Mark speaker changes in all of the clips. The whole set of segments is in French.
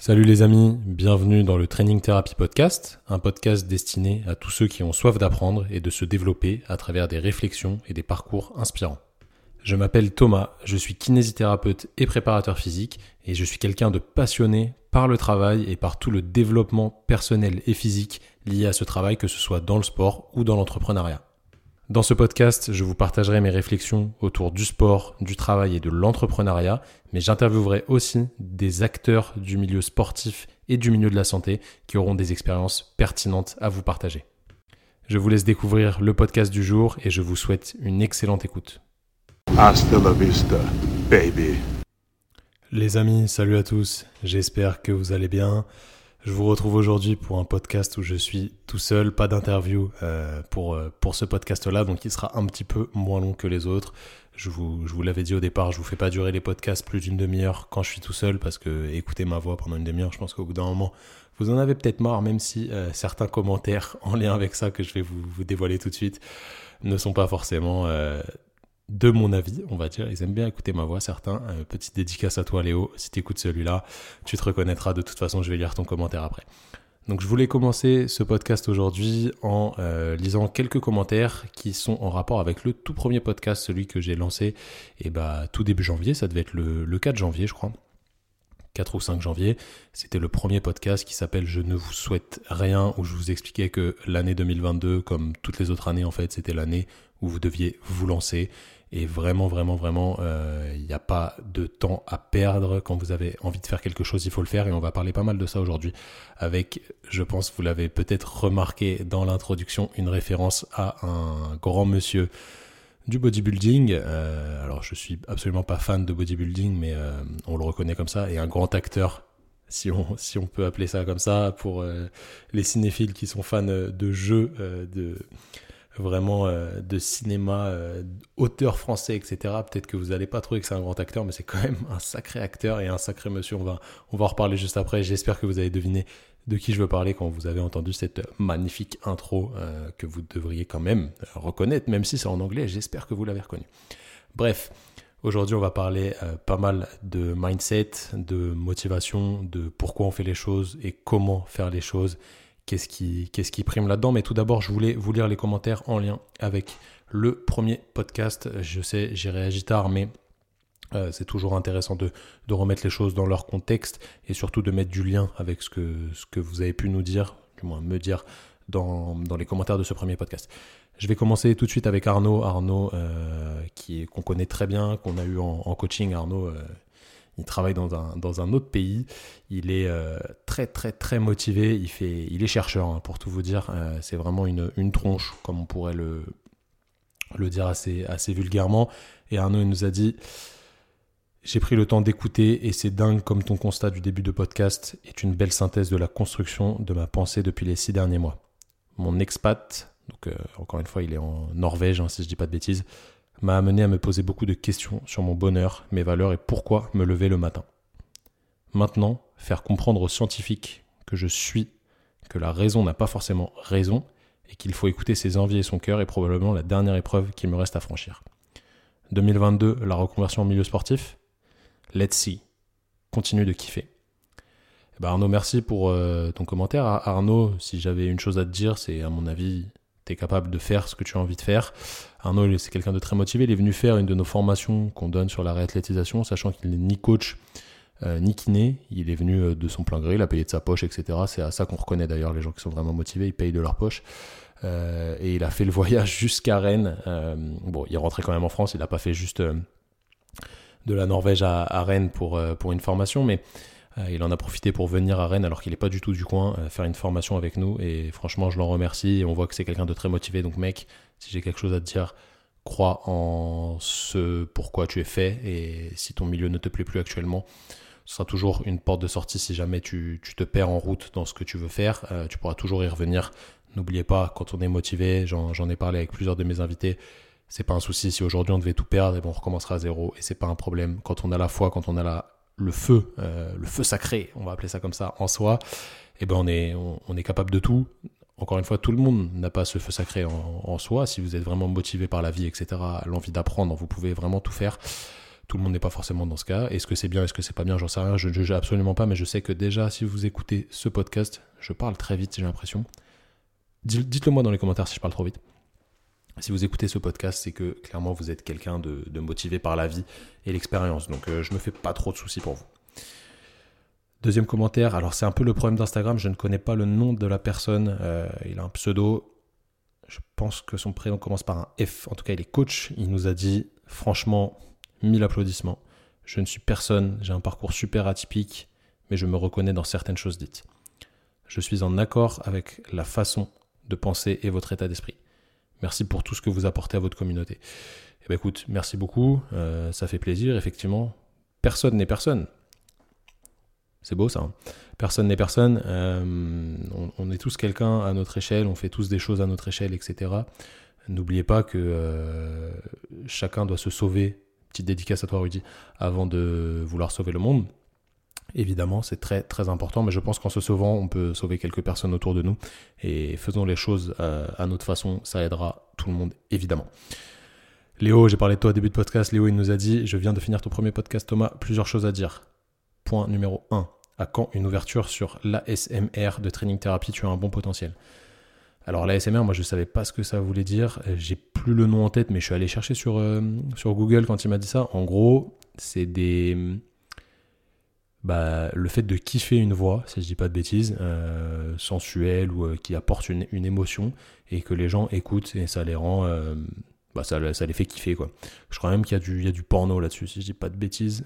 Speaker 1: Salut les amis, bienvenue dans le Training Therapy Podcast, un podcast destiné à tous ceux qui ont soif d'apprendre et de se développer à travers des réflexions et des parcours inspirants. Je m'appelle Thomas, je suis kinésithérapeute et préparateur physique et je suis quelqu'un de passionné par le travail et par tout le développement personnel et physique lié à ce travail, que ce soit dans le sport ou dans l'entrepreneuriat. Dans ce podcast, je vous partagerai mes réflexions autour du sport, du travail et de l'entrepreneuriat, mais j'interviewerai aussi des acteurs du milieu sportif et du milieu de la santé qui auront des expériences pertinentes à vous partager. Je vous laisse découvrir le podcast du jour et je vous souhaite une excellente écoute.
Speaker 2: Hasta la vista, baby.
Speaker 1: Les amis, salut à tous, j'espère que vous allez bien. Je vous retrouve aujourd'hui pour un podcast où je suis tout seul, pas d'interview pour ce podcast-là, donc il sera un petit peu moins long que les autres. Je vous l'avais dit au départ, je vous fais pas durer les podcasts plus d'une demi-heure quand je suis tout seul, parce que écouter ma voix pendant une demi-heure, je pense qu'au bout d'un moment, vous en avez peut-être marre, même si certains commentaires en lien avec ça que je vais vous dévoiler tout de suite ne sont pas forcément de mon avis, on va dire. Ils aiment bien écouter ma voix, certains. Petite dédicace à toi Léo, si tu écoutes celui-là, tu te reconnaîtras, de toute façon je vais lire ton commentaire après. Donc je voulais commencer ce podcast aujourd'hui en lisant quelques commentaires qui sont en rapport avec le tout premier podcast, celui que j'ai lancé tout début janvier, ça devait être le 4 janvier je crois. 4 ou 5 janvier, c'était le premier podcast qui s'appelle « Je ne vous souhaite rien » où je vous expliquais que l'année 2022, comme toutes les autres années en fait, c'était l'année où vous deviez vous lancer. Et vraiment, il n'y a pas de temps à perdre. Quand vous avez envie de faire quelque chose, il faut le faire. Et on va parler pas mal de ça aujourd'hui avec, je pense, vous l'avez peut-être remarqué dans l'introduction, une référence à un grand monsieur du bodybuilding. Alors, je suis absolument pas fan de bodybuilding, mais on le reconnaît comme ça. Et un grand acteur, si on peut appeler ça comme ça, pour les cinéphiles qui sont fans de jeux, de cinéma, auteur français, etc. Peut-être que vous n'allez pas trouver que c'est un grand acteur, mais c'est quand même un sacré acteur et un sacré monsieur. On va en reparler juste après. J'espère que vous avez deviné de qui je veux parler quand vous avez entendu cette magnifique intro que vous devriez quand même reconnaître, même si c'est en anglais. J'espère que vous l'avez reconnu. Bref, aujourd'hui on va parler pas mal de mindset, de motivation, de pourquoi on fait les choses et comment faire les choses. Qu'est-ce qui prime là-dedans? Mais tout d'abord, je voulais vous lire les commentaires en lien avec le premier podcast. Je sais, j'ai réagi tard, mais c'est toujours intéressant de remettre les choses dans leur contexte et surtout de mettre du lien avec ce que vous avez pu nous dire, du moins me dire dans les commentaires de ce premier podcast. Je vais commencer tout de suite avec Arnaud. Arnaud, qu'on connaît très bien, qu'on a eu en coaching. Arnaud, il travaille dans un autre pays. Il est très très très motivé. Il est chercheur, hein, pour tout vous dire. C'est vraiment une tronche, comme on pourrait le dire assez vulgairement. Et Arnaud, il nous a dit: j'ai pris le temps d'écouter et c'est dingue comme ton constat du début de podcast est une belle synthèse de la construction de ma pensée depuis les 6 derniers mois. Mon expat, donc encore une fois, il est en Norvège, hein, si je dis pas de bêtises, m'a amené à me poser beaucoup de questions sur mon bonheur, mes valeurs et pourquoi me lever le matin. Maintenant, faire comprendre aux scientifiques que je suis, que la raison n'a pas forcément raison et qu'il faut écouter ses envies et son cœur est probablement la dernière épreuve qu'il me reste à franchir. 2022, la reconversion au milieu sportif. Let's see. Continue de kiffer. Arnaud, merci pour ton commentaire. Arnaud, si j'avais une chose à te dire, c'est à mon avis, tu es capable de faire ce que tu as envie de faire. Arnaud, c'est quelqu'un de très motivé. Il est venu faire une de nos formations qu'on donne sur la réathlétisation, sachant qu'il n'est ni coach ni kiné. Il est venu de son plein gré, il a payé de sa poche, etc. C'est à ça qu'on reconnaît d'ailleurs les gens qui sont vraiment motivés, ils payent de leur poche. Et il a fait le voyage jusqu'à Rennes. Il est rentré quand même en France, il n'a pas fait juste de la Norvège à Rennes pour une formation, mais il en a profité pour venir à Rennes alors qu'il n'est pas du tout du coin, faire une formation avec nous, et franchement je l'en remercie. Et on voit que c'est quelqu'un de très motivé. Donc mec, si j'ai quelque chose à te dire, crois en ce pourquoi tu es fait, et si ton milieu ne te plaît plus actuellement, ce sera toujours une porte de sortie. Si jamais tu te perds en route dans ce que tu veux faire, tu pourras toujours y revenir. N'oubliez pas, quand on est motivé, j'en ai parlé avec plusieurs de mes invités, c'est pas un souci. Si aujourd'hui on devait tout perdre, on recommencera à zéro et c'est pas un problème. Quand on a la foi, quand on a le feu sacré, on va appeler ça comme ça, en soi, on est capable de tout. Encore une fois, tout le monde n'a pas ce feu sacré en soi. Si vous êtes vraiment motivé par la vie, etc., l'envie d'apprendre, vous pouvez vraiment tout faire. Tout le monde n'est pas forcément dans ce cas. Est-ce que c'est bien, est-ce que c'est pas bien, j'en sais rien, je ne juge absolument pas, mais je sais que déjà, si vous écoutez ce podcast, je parle très vite, j'ai l'impression. Dites-le moi dans les commentaires si je parle trop vite. Si vous écoutez ce podcast, c'est que clairement vous êtes quelqu'un de motivé par la vie et l'expérience. Donc je me fais pas trop de soucis pour vous. Deuxième commentaire, alors c'est un peu le problème d'Instagram, je ne connais pas le nom de la personne, il a un pseudo, je pense que son prénom commence par un F, en tout cas il est coach, il nous a dit franchement 1000 applaudissements, je ne suis personne, j'ai un parcours super atypique, mais je me reconnais dans certaines choses dites. Je suis en accord avec la façon de penser et votre état d'esprit. Merci pour tout ce que vous apportez à votre communauté. Eh bien écoute, merci beaucoup, ça fait plaisir, effectivement, personne n'est personne. C'est beau ça. Hein. Personne n'est personne. On est tous quelqu'un à notre échelle. On fait tous des choses à notre échelle, etc. N'oubliez pas que chacun doit se sauver. Petite dédicace à toi, Rudy, avant de vouloir sauver le monde. Évidemment, c'est très très important. Mais je pense qu'en se sauvant, on peut sauver quelques personnes autour de nous. Et faisons les choses à notre façon. Ça aidera tout le monde, évidemment. Léo, j'ai parlé de toi au début de podcast. Léo, il nous a dit « Je viens de finir ton premier podcast, Thomas. Plusieurs choses à dire. » Point numéro 1. À quand une ouverture sur l'ASMR de Training Therapy? Tu as un bon potentiel. Alors l'ASMR, moi je ne savais pas ce que ça voulait dire. J'ai plus le nom en tête, mais je suis allé chercher sur Google quand il m'a dit ça. En gros, c'est le fait de kiffer une voix, si je ne dis pas de bêtises, sensuelle ou qui apporte une émotion et que les gens écoutent et ça les rend... ça les fait kiffer, quoi. Je crois même qu'il y a du porno là-dessus, si je dis pas de bêtises.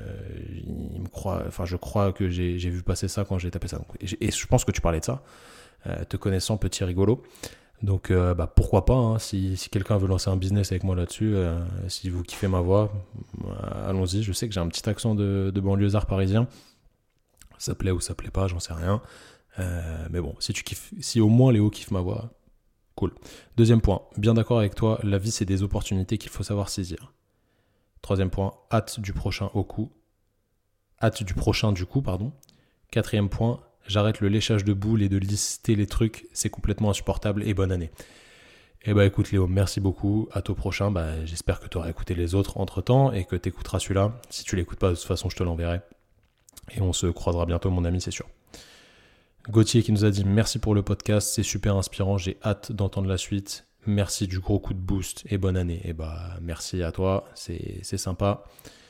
Speaker 1: Je crois que j'ai vu passer ça quand j'ai tapé ça. Et je pense que tu parlais de ça, te connaissant, petit rigolo. Donc pourquoi pas, hein, si quelqu'un veut lancer un business avec moi là-dessus, si vous kiffez ma voix, allons-y. Je sais que j'ai un petit accent de banlieusard parisien. Ça plaît ou ça plaît pas, j'en sais rien. Mais bon, si au moins Léo kiffe ma voix... Cool. Deuxième point, bien d'accord avec toi, la vie c'est des opportunités qu'il faut savoir saisir. Troisième point, hâte du prochain du coup. Quatrième point, j'arrête le léchage de boules et de lister les trucs, c'est complètement insupportable et bonne année. Eh ben écoute Léo, merci beaucoup, à toi prochain, j'espère que tu auras écouté les autres entre temps et que tu écouteras celui-là. Si tu l'écoutes pas, de toute façon je te l'enverrai. Et on se croisera bientôt mon ami, c'est sûr. Gauthier qui nous a dit merci pour le podcast, c'est super inspirant, j'ai hâte d'entendre la suite. Merci du gros coup de boost et bonne année. Et merci à toi, c'est sympa.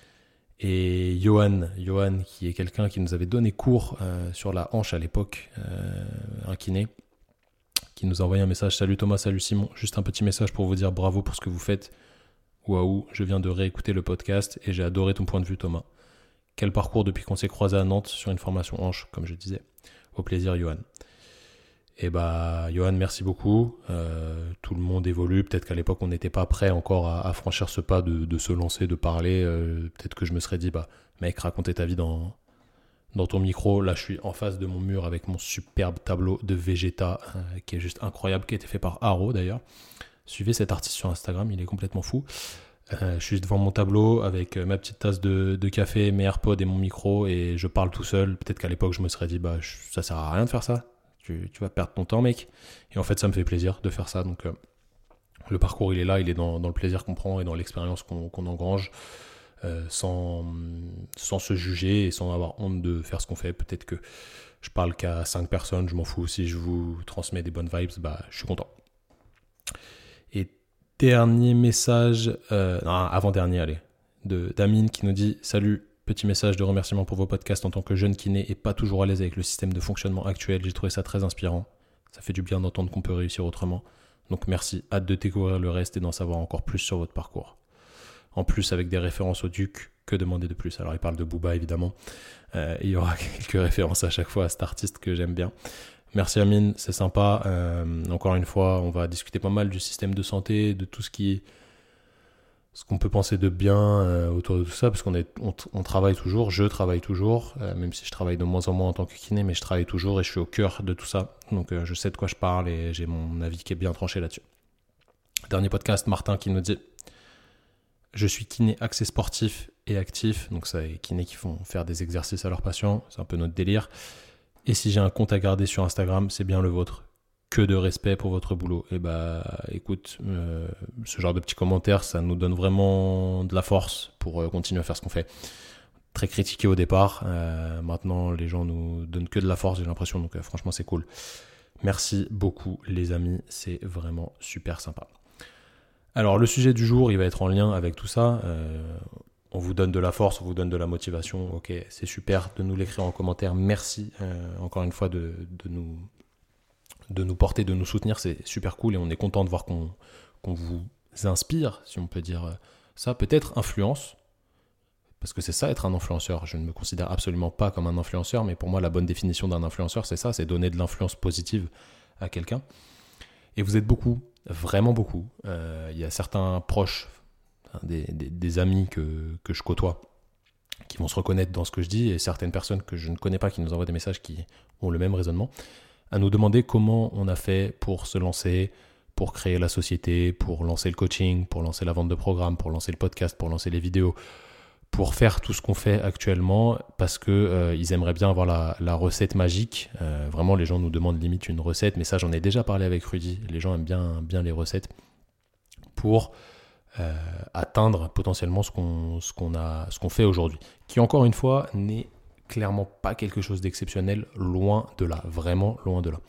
Speaker 1: Et Johan qui est quelqu'un qui nous avait donné cours sur la hanche à l'époque, un kiné, qui nous a envoyé un message. Salut Thomas, salut Simon, juste un petit message pour vous dire bravo pour ce que vous faites. Waouh, je viens de réécouter le podcast et j'ai adoré ton point de vue Thomas. Quel parcours depuis qu'on s'est croisé à Nantes sur une formation hanche, comme je disais. Au plaisir, Johan. Et Johan, merci beaucoup. Tout le monde évolue. Peut-être qu'à l'époque, on n'était pas prêt encore à franchir ce pas de se lancer, de parler. Peut-être que je me serais dit, mec, racontez ta vie dans ton micro. Là, je suis en face de mon mur avec mon superbe tableau de Vegeta, qui est juste incroyable, qui a été fait par Haro d'ailleurs. Suivez cet artiste sur Instagram, il est complètement fou. Je suis devant mon tableau avec ma petite tasse de café, mes AirPods et mon micro et je parle tout seul. Peut-être qu'à l'époque je me serais dit ça sert à rien de faire ça, tu vas perdre ton temps mec. Et en fait ça me fait plaisir de faire ça. Donc le parcours il est là, il est dans le plaisir qu'on prend et dans l'expérience qu'on engrange sans se juger et sans avoir honte de faire ce qu'on fait. Peut-être que je parle qu'à 5 personnes, je m'en fous. Si je vous transmets des bonnes vibes, je suis content. Et dernier message, avant-dernier, d'Amine qui nous dit « Salut, petit message de remerciement pour vos podcasts en tant que jeune kiné et pas toujours à l'aise avec le système de fonctionnement actuel. J'ai trouvé ça très inspirant. Ça fait du bien d'entendre qu'on peut réussir autrement. Donc merci, hâte de découvrir le reste et d'en savoir encore plus sur votre parcours. En plus, avec des références au Duc, que demander de plus ?» Alors il parle de Booba évidemment. Il y aura quelques références à chaque fois à cet artiste que j'aime bien. Merci Amine, c'est sympa. Encore une fois, on va discuter pas mal du système de santé, de tout ce qu'on peut penser de bien autour de tout ça, parce on travaille toujours, je travaille toujours, même si je travaille de moins en moins en tant que kiné, mais je travaille toujours et je suis au cœur de tout ça. Donc je sais de quoi je parle et j'ai mon avis qui est bien tranché là-dessus. Dernier podcast, Martin qui nous dit « Je suis kiné axé sportif et actif », donc c'est les kinés qui font faire des exercices à leurs patients, c'est un peu notre délire. Et si j'ai un compte à garder sur Instagram, c'est bien le vôtre. que de respect pour votre boulot. Et écoute, ce genre de petits commentaires, ça nous donne vraiment de la force pour continuer à faire ce qu'on fait. Très critiqué au départ, maintenant les gens nous donnent que de la force, j'ai l'impression, donc franchement c'est cool. Merci beaucoup les amis, c'est vraiment super sympa. Alors le sujet du jour, il va être en lien avec tout ça. On vous donne de la force, on vous donne de la motivation. Ok, c'est super de nous l'écrire en commentaire. Merci encore une fois de nous porter, de nous soutenir. C'est super cool et on est content de voir qu'on vous inspire, si on peut dire ça. Peut-être influence, parce que c'est ça être un influenceur. Je ne me considère absolument pas comme un influenceur, mais pour moi la bonne définition d'un influenceur, c'est ça, c'est donner de l'influence positive à quelqu'un. Et vous êtes beaucoup, vraiment beaucoup. Il y a certains proches, des amis que je côtoie, qui vont se reconnaître dans ce que je dis, et certaines personnes que je ne connais pas qui nous envoient des messages qui ont le même raisonnement, à nous demander comment on a fait pour se lancer, pour créer la société, pour lancer le coaching, pour lancer la vente de programmes, pour lancer le podcast, pour lancer les vidéos, pour faire tout ce qu'on fait actuellement, parce que ils aimeraient bien avoir la recette magique. Vraiment, les gens nous demandent limite une recette, mais ça, j'en ai déjà parlé avec Rudy. Les gens aiment bien les recettes pour atteindre potentiellement ce qu'on fait aujourd'hui, qui encore une fois n'est clairement pas quelque chose d'exceptionnel, loin de là, vraiment loin de là.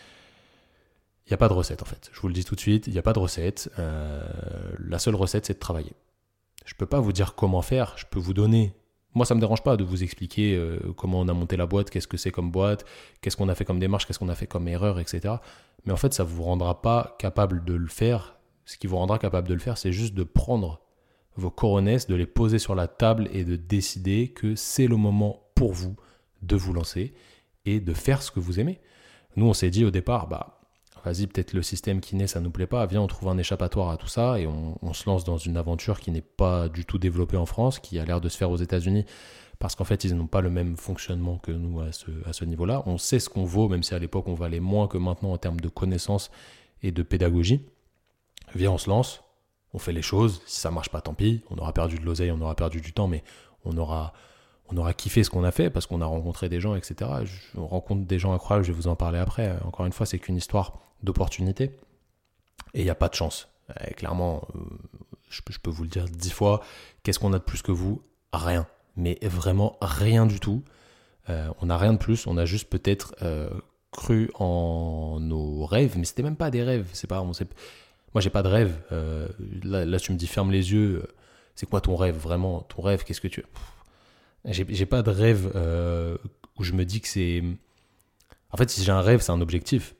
Speaker 1: Il n'y a pas de recette en fait, je vous le dis tout de suite, il n'y a pas de recette. La seule recette, c'est de travailler. Je ne peux pas vous dire comment faire, je peux vous donner. Moi, ça ne me dérange pas de vous expliquer comment on a monté la boîte, qu'est-ce que c'est comme boîte, qu'est-ce qu'on a fait comme démarche, qu'est-ce qu'on a fait comme erreur, etc. Mais en fait, ça ne vous rendra pas capable de le faire. Ce qui vous rendra capable de le faire, c'est juste de prendre vos coronesses, de les poser sur la table et de décider que c'est le moment pour vous de vous lancer et de faire ce que vous aimez. Nous, on s'est dit au départ, vas-y, peut-être le système kiné, ça ne nous plaît pas, viens, on trouve un échappatoire à tout ça et on se lance dans une aventure qui n'est pas du tout développée en France, qui a l'air de se faire aux États-Unis, parce qu'en fait, ils n'ont pas le même fonctionnement que nous à ce niveau-là. On sait ce qu'on vaut, même si à l'époque, on valait moins que maintenant en termes de connaissances et de pédagogie. Viens, on se lance, on fait les choses, si ça marche pas, tant pis, on aura perdu de l'oseille, on aura perdu du temps, mais on aura kiffé ce qu'on a fait parce qu'on a rencontré des gens, etc. On rencontre des gens incroyables, je vais vous en parler après. Encore une fois, c'est qu'une histoire d'opportunité et il n'y a pas de chance. Clairement, je peux vous le dire 10 fois, qu'est-ce qu'on a de plus que vous ? Rien, mais vraiment rien du tout. On n'a rien de plus, on a juste peut-être cru en nos rêves, mais c'était même pas des rêves, moi j'ai pas de rêve. Là tu me dis ferme les yeux, c'est quoi ton rêve vraiment ? Ton rêve, qu'est-ce que tu... J'ai pas de rêve où je me dis que c'est... En fait, si j'ai un rêve, c'est un objectif.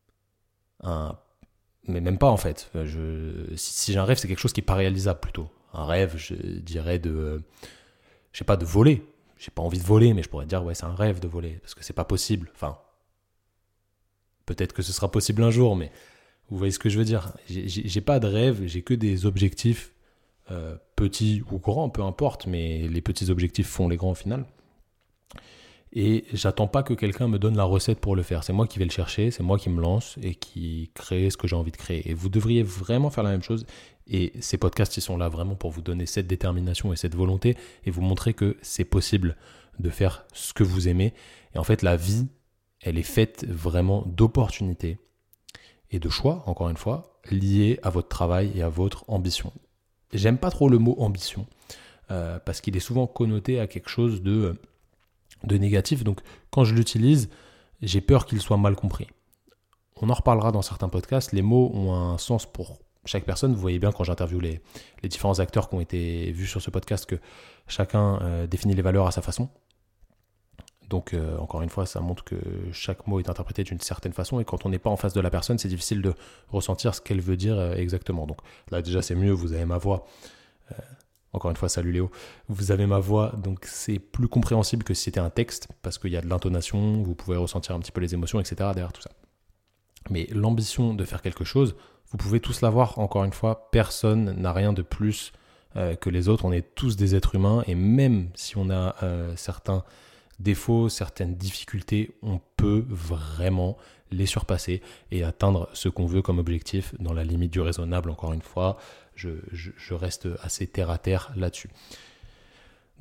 Speaker 1: Mais même pas, en fait. Si j'ai un rêve, c'est quelque chose qui n'est pas réalisable, plutôt. Un rêve, je dirais de voler. J'ai pas envie de voler, mais je pourrais dire, ouais, c'est un rêve de voler, parce que c'est pas possible. Enfin, peut-être que ce sera possible un jour, mais vous voyez ce que je veux dire. J'ai pas de rêve, j'ai que des objectifs. Petits ou grands, peu importe, mais les petits objectifs font les grands au final. Et j'attends pas que quelqu'un me donne la recette pour le faire. C'est moi qui vais le chercher, c'est moi qui me lance et qui crée ce que j'ai envie de créer. Et vous devriez vraiment faire la même chose. Et ces podcasts, ils sont là vraiment pour vous donner cette détermination et cette volonté et vous montrer que c'est possible de faire ce que vous aimez. Et en fait, la vie, elle est faite vraiment d'opportunités et de choix, encore une fois, liés à votre travail et à votre ambition. J'aime pas trop le mot ambition parce qu'il est souvent connoté à quelque chose de négatif. Donc quand je l'utilise, j'ai peur qu'il soit mal compris. On en reparlera dans certains podcasts. Les mots ont un sens pour chaque personne. Vous voyez bien quand j'interviewe les différents acteurs qui ont été vus sur ce podcast que chacun définit les valeurs à sa façon. Donc encore une fois, ça montre que chaque mot est interprété d'une certaine façon et quand on n'est pas en face de la personne, c'est difficile de ressentir ce qu'elle veut dire exactement. Donc là déjà c'est mieux, vous avez ma voix. Encore une fois, salut Léo. Vous avez ma voix, donc c'est plus compréhensible que si c'était un texte parce qu'il y a de l'intonation, vous pouvez ressentir un petit peu les émotions, etc. derrière tout ça. Mais l'ambition de faire quelque chose, vous pouvez tous l'avoir. Encore une fois, personne n'a rien de plus que les autres. On est tous des êtres humains et même si on a certains défauts, certaines difficultés, on peut vraiment les surpasser et atteindre ce qu'on veut comme objectif dans la limite du raisonnable. Encore une fois, je reste assez terre à terre là-dessus.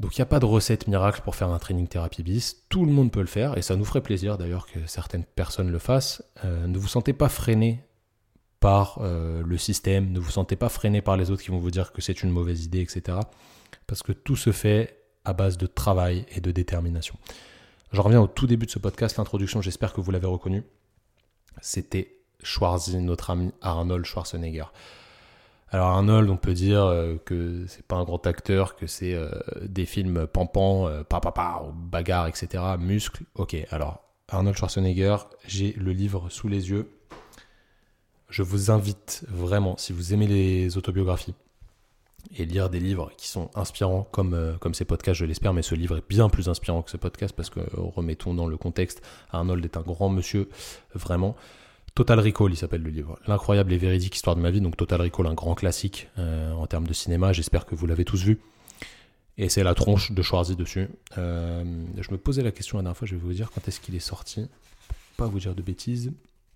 Speaker 1: Donc il n'y a pas de recette miracle pour faire un training thérapie bis, tout le monde peut le faire, et ça nous ferait plaisir d'ailleurs que certaines personnes le fassent. Ne vous sentez pas freiné par le système, ne vous sentez pas freiné par les autres qui vont vous dire que c'est une mauvaise idée, etc. Parce que tout se fait à base de travail et de détermination. J'en reviens au tout début de ce podcast, l'introduction, j'espère que vous l'avez reconnu. C'était Schwarzy, notre ami Arnold Schwarzenegger. Alors Arnold, on peut dire que c'est pas un grand acteur, que c'est des films pampans, bagarre, etc., muscles. Ok, alors Arnold Schwarzenegger, j'ai le livre sous les yeux. Je vous invite vraiment, si vous aimez les autobiographies, et lire des livres qui sont inspirants comme ces podcasts, je l'espère, mais ce livre est bien plus inspirant que ce podcast parce que, remettons dans le contexte, Arnold est un grand monsieur, vraiment. Total Recall, il s'appelle le livre. L'incroyable et véridique histoire de ma vie, donc Total Recall, un grand classique en termes de cinéma, j'espère que vous l'avez tous vu. Et c'est la tronche de Schwarzy dessus. Je me posais la question la dernière fois, je vais vous dire quand est-ce qu'il est sorti, pour pas vous dire de bêtises.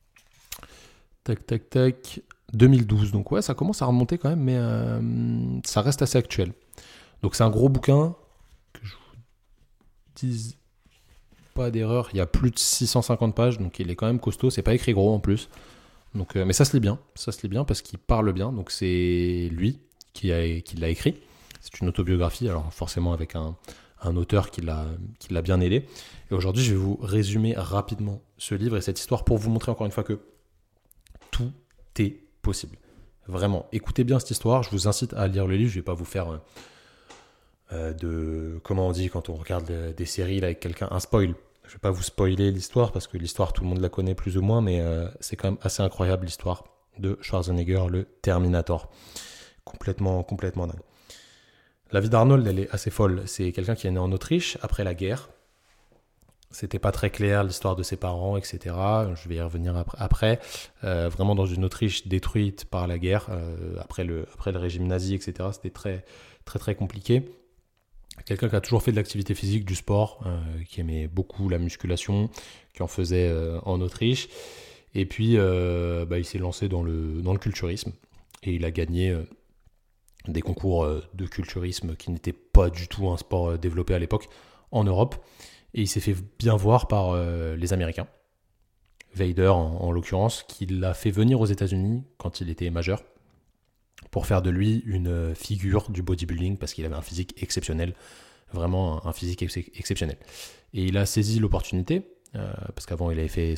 Speaker 1: Tac. 2012, donc ouais, ça commence à remonter quand même, mais ça reste assez actuel. Donc c'est un gros bouquin, que je vous dise pas d'erreur, il y a plus de 650 pages, donc il est quand même costaud, c'est pas écrit gros en plus. Donc, mais ça se lit bien parce qu'il parle bien, donc c'est lui qui l'a écrit. C'est une autobiographie, alors forcément avec un auteur qui l'a bien aidé. Et aujourd'hui, je vais vous résumer rapidement ce livre et cette histoire pour vous montrer encore une fois que tout est possible. Vraiment, écoutez bien cette histoire. Je vous incite à lire le livre. Je ne vais pas vous faire comment on dit quand on regarde des séries là, avec quelqu'un, un spoil. Je ne vais pas vous spoiler l'histoire parce que l'histoire, tout le monde la connaît plus ou moins, mais c'est quand même assez incroyable l'histoire de Schwarzenegger, le Terminator. Complètement dingue. La vie d'Arnold, elle est assez folle. C'est quelqu'un qui est né en Autriche après la guerre. C'était pas très clair l'histoire de ses parents, etc. Je vais y revenir après. Vraiment dans une Autriche détruite par la guerre, après le régime nazi, etc. C'était très compliqué. Quelqu'un qui a toujours fait de l'activité physique, du sport, qui aimait beaucoup la musculation, qui en faisait en Autriche. Et puis il s'est lancé dans le culturisme et il a gagné des concours de culturisme qui n'étaient pas du tout un sport développé à l'époque en Europe. Et il s'est fait bien voir par les Américains, Vader en l'occurrence, qui l'a fait venir aux États-Unis quand il était majeur, pour faire de lui une figure du bodybuilding, parce qu'il avait un physique exceptionnel, vraiment un physique exceptionnel. Et il a saisi l'opportunité, parce qu'avant il avait fait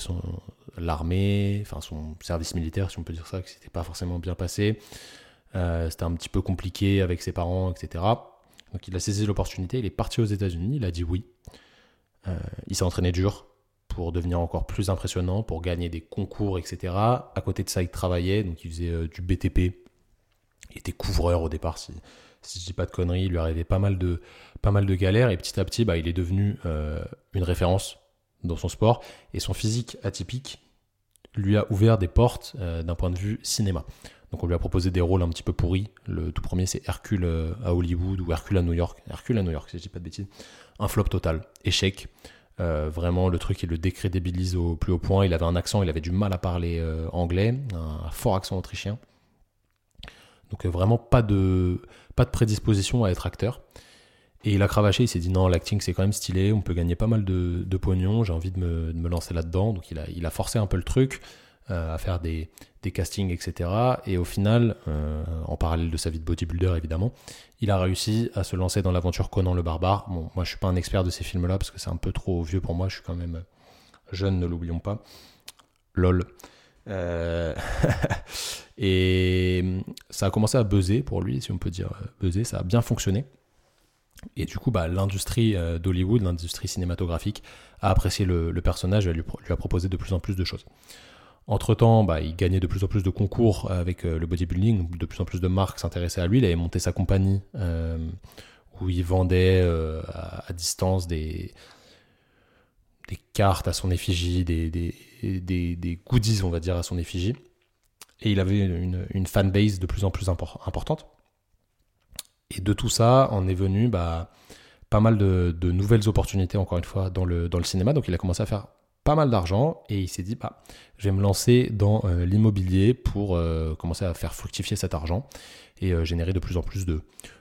Speaker 1: l'armée, enfin son service militaire, si on peut dire ça, qui s'était pas forcément bien passé. C'était un petit peu compliqué avec ses parents, etc. Donc il a saisi l'opportunité, il est parti aux États-Unis, il a dit oui. Il s'est entraîné dur pour devenir encore plus impressionnant, pour gagner des concours, etc. À côté de ça, il travaillait, donc il faisait du BTP. Il était couvreur au départ, si je dis pas de conneries. Il lui arrivait pas mal de galères, et petit à petit, il est devenu une référence dans son sport. Et son physique atypique lui a ouvert des portes d'un point de vue cinéma. Donc on lui a proposé des rôles un petit peu pourris. Le tout premier, c'est Hercule à Hollywood ou Hercule à New York. Hercule à New York, si je dis pas de bêtises. Un flop total, échec. Vraiment, le truc, il le décrédibilise au plus haut point. Il avait un accent, il avait du mal à parler anglais, un fort accent autrichien. Donc vraiment pas de prédisposition à être acteur. Et il a cravaché, il s'est dit non, l'acting c'est quand même stylé, on peut gagner pas mal de pognon, j'ai envie de me lancer là-dedans. Donc il a forcé un peu le truc, à faire des castings, etc. Et au final, en parallèle de sa vie de bodybuilder évidemment, il a réussi à se lancer dans l'aventure Conan le Barbare. Bon, moi je suis pas un expert de ces films-là parce que c'est un peu trop vieux pour moi, je suis quand même jeune, ne l'oublions pas. LOL. Et ça a commencé à buzzer pour lui, si on peut dire buzzer, ça a bien fonctionné. Et du coup, l'industrie d'Hollywood, l'industrie cinématographique, a apprécié le personnage et lui a proposé de plus en plus de choses. Entre-temps, il gagnait de plus en plus de concours avec le bodybuilding, de plus en plus de marques s'intéressaient à lui. Il avait monté sa compagnie où il vendait à distance des cartes à son effigie, des goodies, on va dire, à son effigie. Et il avait une fanbase de plus en plus importante. Et de tout ça, en est venu pas mal de nouvelles opportunités, encore une fois, dans le cinéma. Donc il a commencé à faire pas mal d'argent et il s'est dit je vais me lancer dans l'immobilier pour commencer à faire fructifier cet argent et générer de plus en plus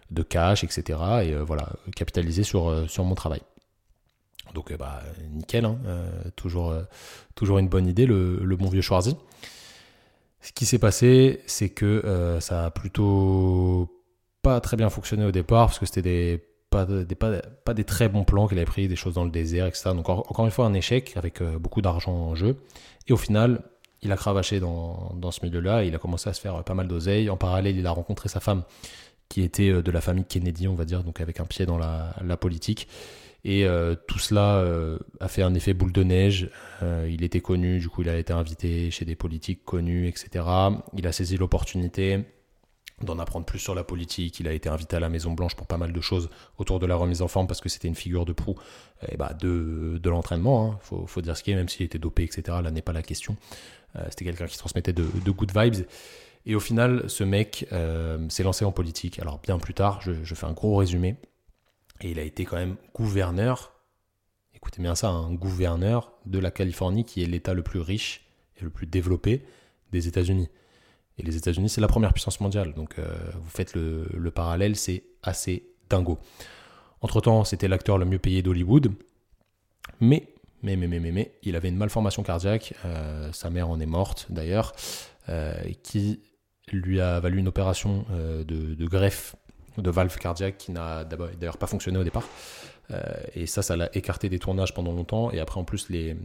Speaker 1: de cash, etc. Et voilà, capitaliser sur mon travail. Donc nickel, hein, toujours une bonne idée, le bon vieux Schwarzy. Ce qui s'est passé, c'est que ça a plutôt pas très bien fonctionné au départ, parce que c'était pas des très bons plans qu'il avait pris, des choses dans le désert, etc. Donc encore une fois, un échec avec beaucoup d'argent en jeu. Et au final, il a cravaché dans ce milieu-là, et il a commencé à se faire pas mal d'oseille. En parallèle, il a rencontré sa femme, qui était de la famille Kennedy, on va dire, donc avec un pied dans la politique. Et tout cela a fait un effet boule de neige. Il était connu, du coup il a été invité chez des politiques connus, etc. Il a saisi l'opportunité d'en apprendre plus sur la politique. Il a été invité à la Maison Blanche pour pas mal de choses autour de la remise en forme, parce que c'était une figure de proue de l'entraînement, hein. Faut dire ce qui est, même s'il était dopé, etc. Là n'est pas la question. C'était quelqu'un qui transmettait de good vibes. Et au final, ce mec s'est lancé en politique. Alors bien plus tard, je fais un gros résumé. Et il a été quand même gouverneur, écoutez bien ça, un gouverneur de la Californie, qui est l'état le plus riche et le plus développé des États-Unis. Et les États-Unis, c'est la première puissance mondiale. Donc vous faites le parallèle, c'est assez dingo. Entre-temps, c'était l'acteur le mieux payé d'Hollywood. Mais, il avait une malformation cardiaque. Sa mère en est morte, d'ailleurs, qui lui a valu une opération de greffe de valve cardiaque qui n'a d'ailleurs pas fonctionné au départ. Et ça l'a écarté des tournages pendant longtemps. Et après, en plus, les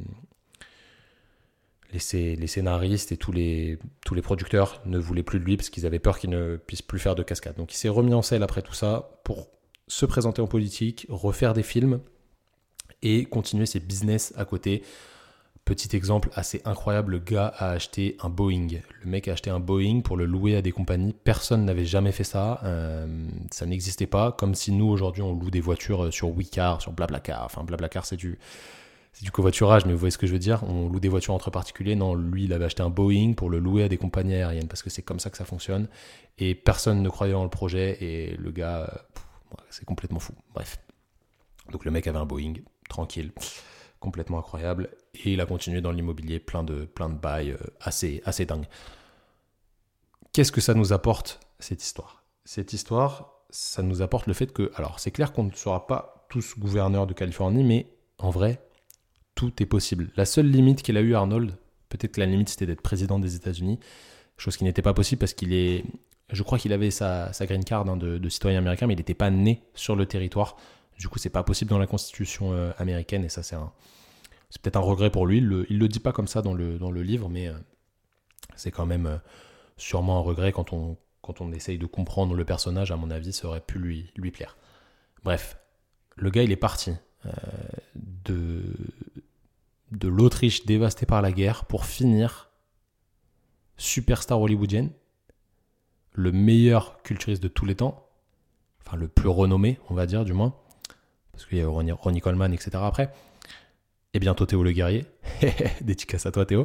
Speaker 1: scénaristes et tous les producteurs ne voulaient plus de lui parce qu'ils avaient peur qu'il ne puisse plus faire de cascade. Donc il s'est remis en selle après tout ça pour se présenter en politique, refaire des films et continuer ses business à côté. Petit exemple assez incroyable, le gars a acheté un Boeing. Le mec a acheté un Boeing pour le louer à des compagnies. Personne n'avait jamais fait ça. Ça n'existait pas. Comme si nous, aujourd'hui, on loue des voitures sur WeCar, sur Blablacar. Enfin, Blablacar, c'est du covoiturage, mais vous voyez ce que je veux dire. On loue des voitures entre particuliers. Non, lui, il avait acheté un Boeing pour le louer à des compagnies aériennes, parce que c'est comme ça que ça fonctionne. Et personne ne croyait en le projet. Et le gars, c'est complètement fou. Bref. Donc le mec avait un Boeing, tranquille. Complètement incroyable, et il a continué dans l'immobilier, plein de bails assez dingues. Qu'est-ce que ça nous apporte, cette histoire ? Cette histoire, ça nous apporte le fait que, alors c'est clair qu'on ne sera pas tous gouverneurs de Californie, mais en vrai, tout est possible. La seule limite qu'il a eue, Arnold, peut-être que la limite c'était d'être président des États-Unis, chose qui n'était pas possible parce je crois qu'il avait sa green card de citoyen américain, mais il n'était pas né sur le territoire. Du coup, c'est pas possible dans la constitution américaine, et ça, c'est peut-être un regret pour lui. Il le dit pas comme ça dans le livre, mais c'est quand même sûrement un regret quand on essaye de comprendre le personnage. À mon avis, ça aurait pu lui plaire. Bref, le gars, il est parti de l'Autriche dévastée par la guerre pour finir superstar hollywoodienne, le meilleur culturiste de tous les temps, enfin le plus renommé, on va dire, du moins, parce qu'il y a Ronnie Coleman, etc. après, et bientôt Théo le Guerrier, dédicace à toi Théo,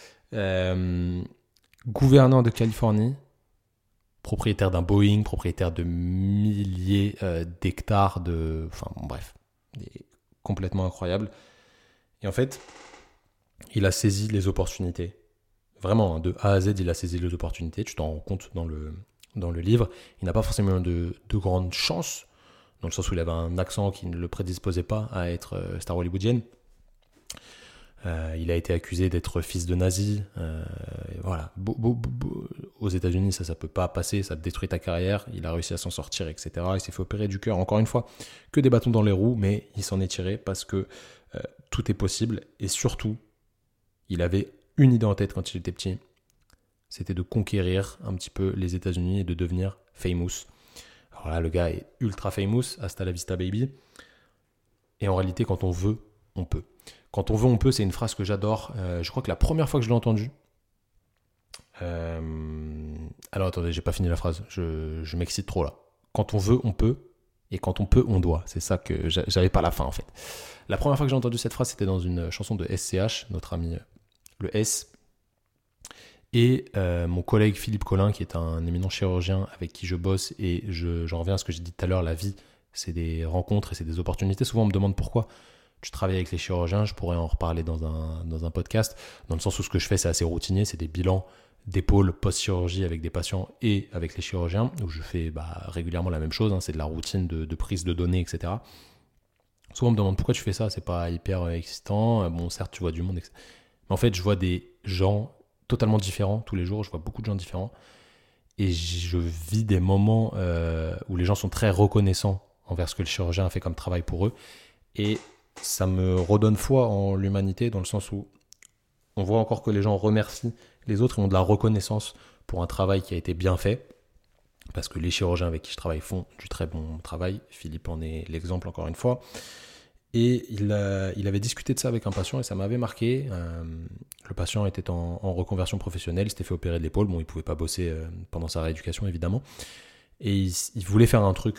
Speaker 1: gouverneur de Californie, propriétaire d'un Boeing, propriétaire de milliers d'hectares enfin bon, bref, complètement incroyable. Et en fait, il a saisi les opportunités, vraiment, de A à Z, il a saisi les opportunités, tu t'en rends compte dans le livre. Il n'a pas forcément de grandes chances, dans le sens où il avait un accent qui ne le prédisposait pas à être star hollywoodienne. Il a été accusé d'être fils de nazi. Voilà. Aux États-Unis, ça peut pas passer, ça détruit ta carrière. Il a réussi à s'en sortir, etc. Il s'est fait opérer du cœur. Encore une fois, que des bâtons dans les roues, mais il s'en est tiré parce que tout est possible. Et surtout, il avait une idée en tête quand il était petit. C'était de conquérir un petit peu les États-Unis et de devenir famous. Alors là, le gars est ultra famous, hasta la vista baby. Et en réalité, quand on veut, on peut. Quand on veut, on peut, c'est une phrase que j'adore. Je crois que la première fois que je l'ai entendue... Alors attendez, j'ai pas fini la phrase. Je m'excite trop là. Quand on veut, on peut. Et quand on peut, on doit. C'est ça que j'avais pas la fin en fait. La première fois que j'ai entendu cette phrase, c'était dans une chanson de SCH, notre ami le S. Et mon collègue Philippe Collin, qui est un éminent chirurgien avec qui je bosse, et j'en reviens à ce que j'ai dit tout à l'heure, la vie, c'est des rencontres et c'est des opportunités. Souvent, on me demande pourquoi tu travailles avec les chirurgiens, je pourrais en reparler dans un podcast, dans le sens où ce que je fais, c'est assez routinier, c'est des bilans d'épaule post-chirurgie avec des patients et avec les chirurgiens, où je fais régulièrement la même chose, c'est de la routine de prise de données, etc. Souvent on me demande pourquoi tu fais ça, c'est pas hyper excitant, bon certes tu vois du monde, etc. Mais en fait je vois des gens totalement différents tous les jours, je vois beaucoup de gens différents, et je vis des moments où les gens sont très reconnaissants envers ce que le chirurgien a fait comme travail pour eux, et ça me redonne foi en l'humanité, dans le sens où on voit encore que les gens remercient les autres et ont de la reconnaissance pour un travail qui a été bien fait, parce que les chirurgiens avec qui je travaille font du très bon travail. Philippe en est l'exemple encore une fois. Et il avait discuté de ça avec un patient et ça m'avait marqué. Le patient était en reconversion professionnelle, il s'était fait opérer de l'épaule. Bon, il ne pouvait pas bosser pendant sa rééducation, évidemment. Et il voulait faire un truc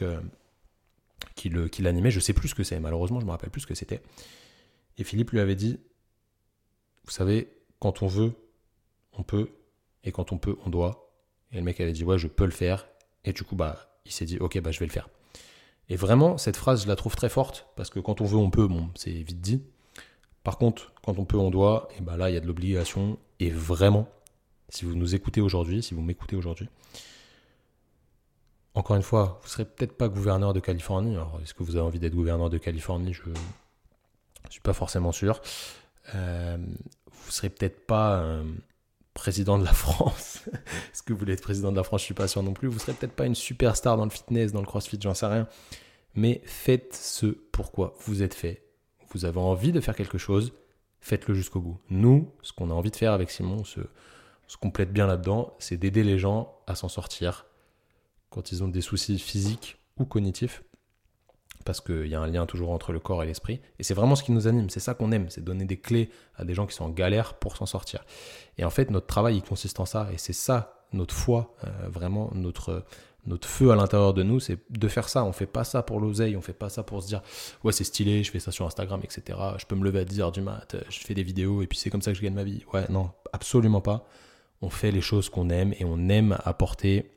Speaker 1: qui l'animait. Je ne sais plus ce que c'est, malheureusement, je ne me rappelle plus ce que c'était. Et Philippe lui avait dit, vous savez, quand on veut, on peut. Et quand on peut, on doit. Et le mec avait dit, ouais, je peux le faire. Et du coup, il s'est dit, ok, je vais le faire. Et vraiment, cette phrase, je la trouve très forte, parce que quand on veut, on peut, bon, c'est vite dit. Par contre, quand on peut, on doit, et là, il y a de l'obligation. Et vraiment, si vous nous écoutez aujourd'hui, si vous m'écoutez aujourd'hui, encore une fois, vous ne serez peut-être pas gouverneur de Californie. Alors, est-ce que vous avez envie d'être gouverneur de Californie ? Je ne suis pas forcément sûr. Vous ne serez peut-être pas président de la France. Est-ce que vous voulez être président de la France ? Je ne suis pas sûr non plus. Vous ne serez peut-être pas une superstar dans le fitness, dans le crossfit, j'en sais rien. Mais faites ce pourquoi vous êtes fait. Vous avez envie de faire quelque chose, faites-le jusqu'au bout. Nous, ce qu'on a envie de faire avec Simon, se complète bien là-dedans, c'est d'aider les gens à s'en sortir quand ils ont des soucis physiques ou cognitifs, parce qu'il y a un lien toujours entre le corps et l'esprit. Et c'est vraiment ce qui nous anime, c'est ça qu'on aime, c'est donner des clés à des gens qui sont en galère pour s'en sortir. Et en fait, notre travail, il consiste en ça, et c'est ça, notre foi, vraiment, notre feu à l'intérieur de nous, c'est de faire ça. On ne fait pas ça pour l'oseille, on ne fait pas ça pour se dire « Ouais, c'est stylé, je fais ça sur Instagram, etc. Je peux me lever à 10h du mat, je fais des vidéos, et puis c'est comme ça que je gagne ma vie. » Ouais, non, absolument pas. On fait les choses qu'on aime, et on aime apporter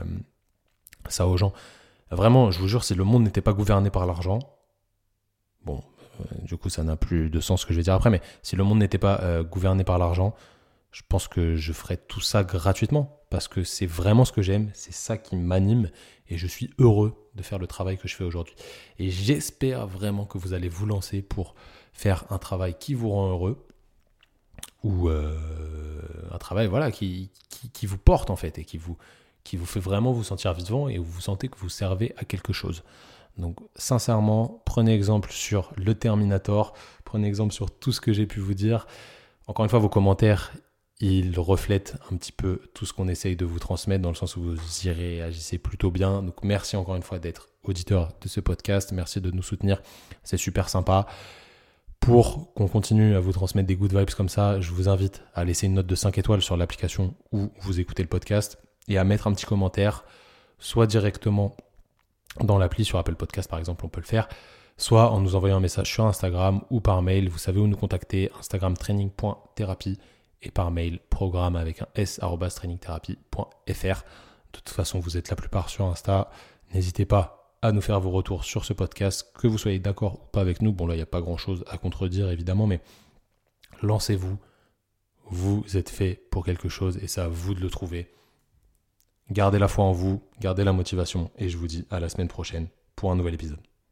Speaker 1: ça aux gens. Vraiment, je vous jure, si le monde n'était pas gouverné par l'argent, bon, du coup, ça n'a plus de sens ce que je vais dire après, mais si le monde n'était pas gouverné par l'argent, je pense que je ferais tout ça gratuitement, parce que c'est vraiment ce que j'aime, c'est ça qui m'anime, et je suis heureux de faire le travail que je fais aujourd'hui. Et j'espère vraiment que vous allez vous lancer pour faire un travail qui vous rend heureux, ou un travail qui vous porte en fait, et qui vous fait vraiment vous sentir vivant, et où vous sentez que vous servez à quelque chose. Donc sincèrement, prenez exemple sur le Terminator, prenez exemple sur tout ce que j'ai pu vous dire. Encore une fois, vos commentaires, ils reflètent un petit peu tout ce qu'on essaye de vous transmettre, dans le sens où vous y réagissez plutôt bien. Donc merci encore une fois d'être auditeur de ce podcast, merci de nous soutenir, c'est super sympa. Pour qu'on continue à vous transmettre des good vibes comme ça, je vous invite à laisser une note de 5 étoiles sur l'application où vous écoutez le podcast, et à mettre un petit commentaire, soit directement dans l'appli, sur Apple Podcast par exemple, on peut le faire, soit en nous envoyant un message sur Instagram ou par mail. Vous savez où nous contacter, Instagram training.thérapie, et par mail programme avec un s @trainingtherapy.fr. De toute façon, vous êtes la plupart sur Insta. N'hésitez pas à nous faire vos retours sur ce podcast, que vous soyez d'accord ou pas avec nous. Bon, là, il n'y a pas grand-chose à contredire évidemment, mais lancez-vous. Vous êtes fait pour quelque chose, et c'est à vous de le trouver. Gardez la foi en vous, gardez la motivation, et je vous dis à la semaine prochaine pour un nouvel épisode.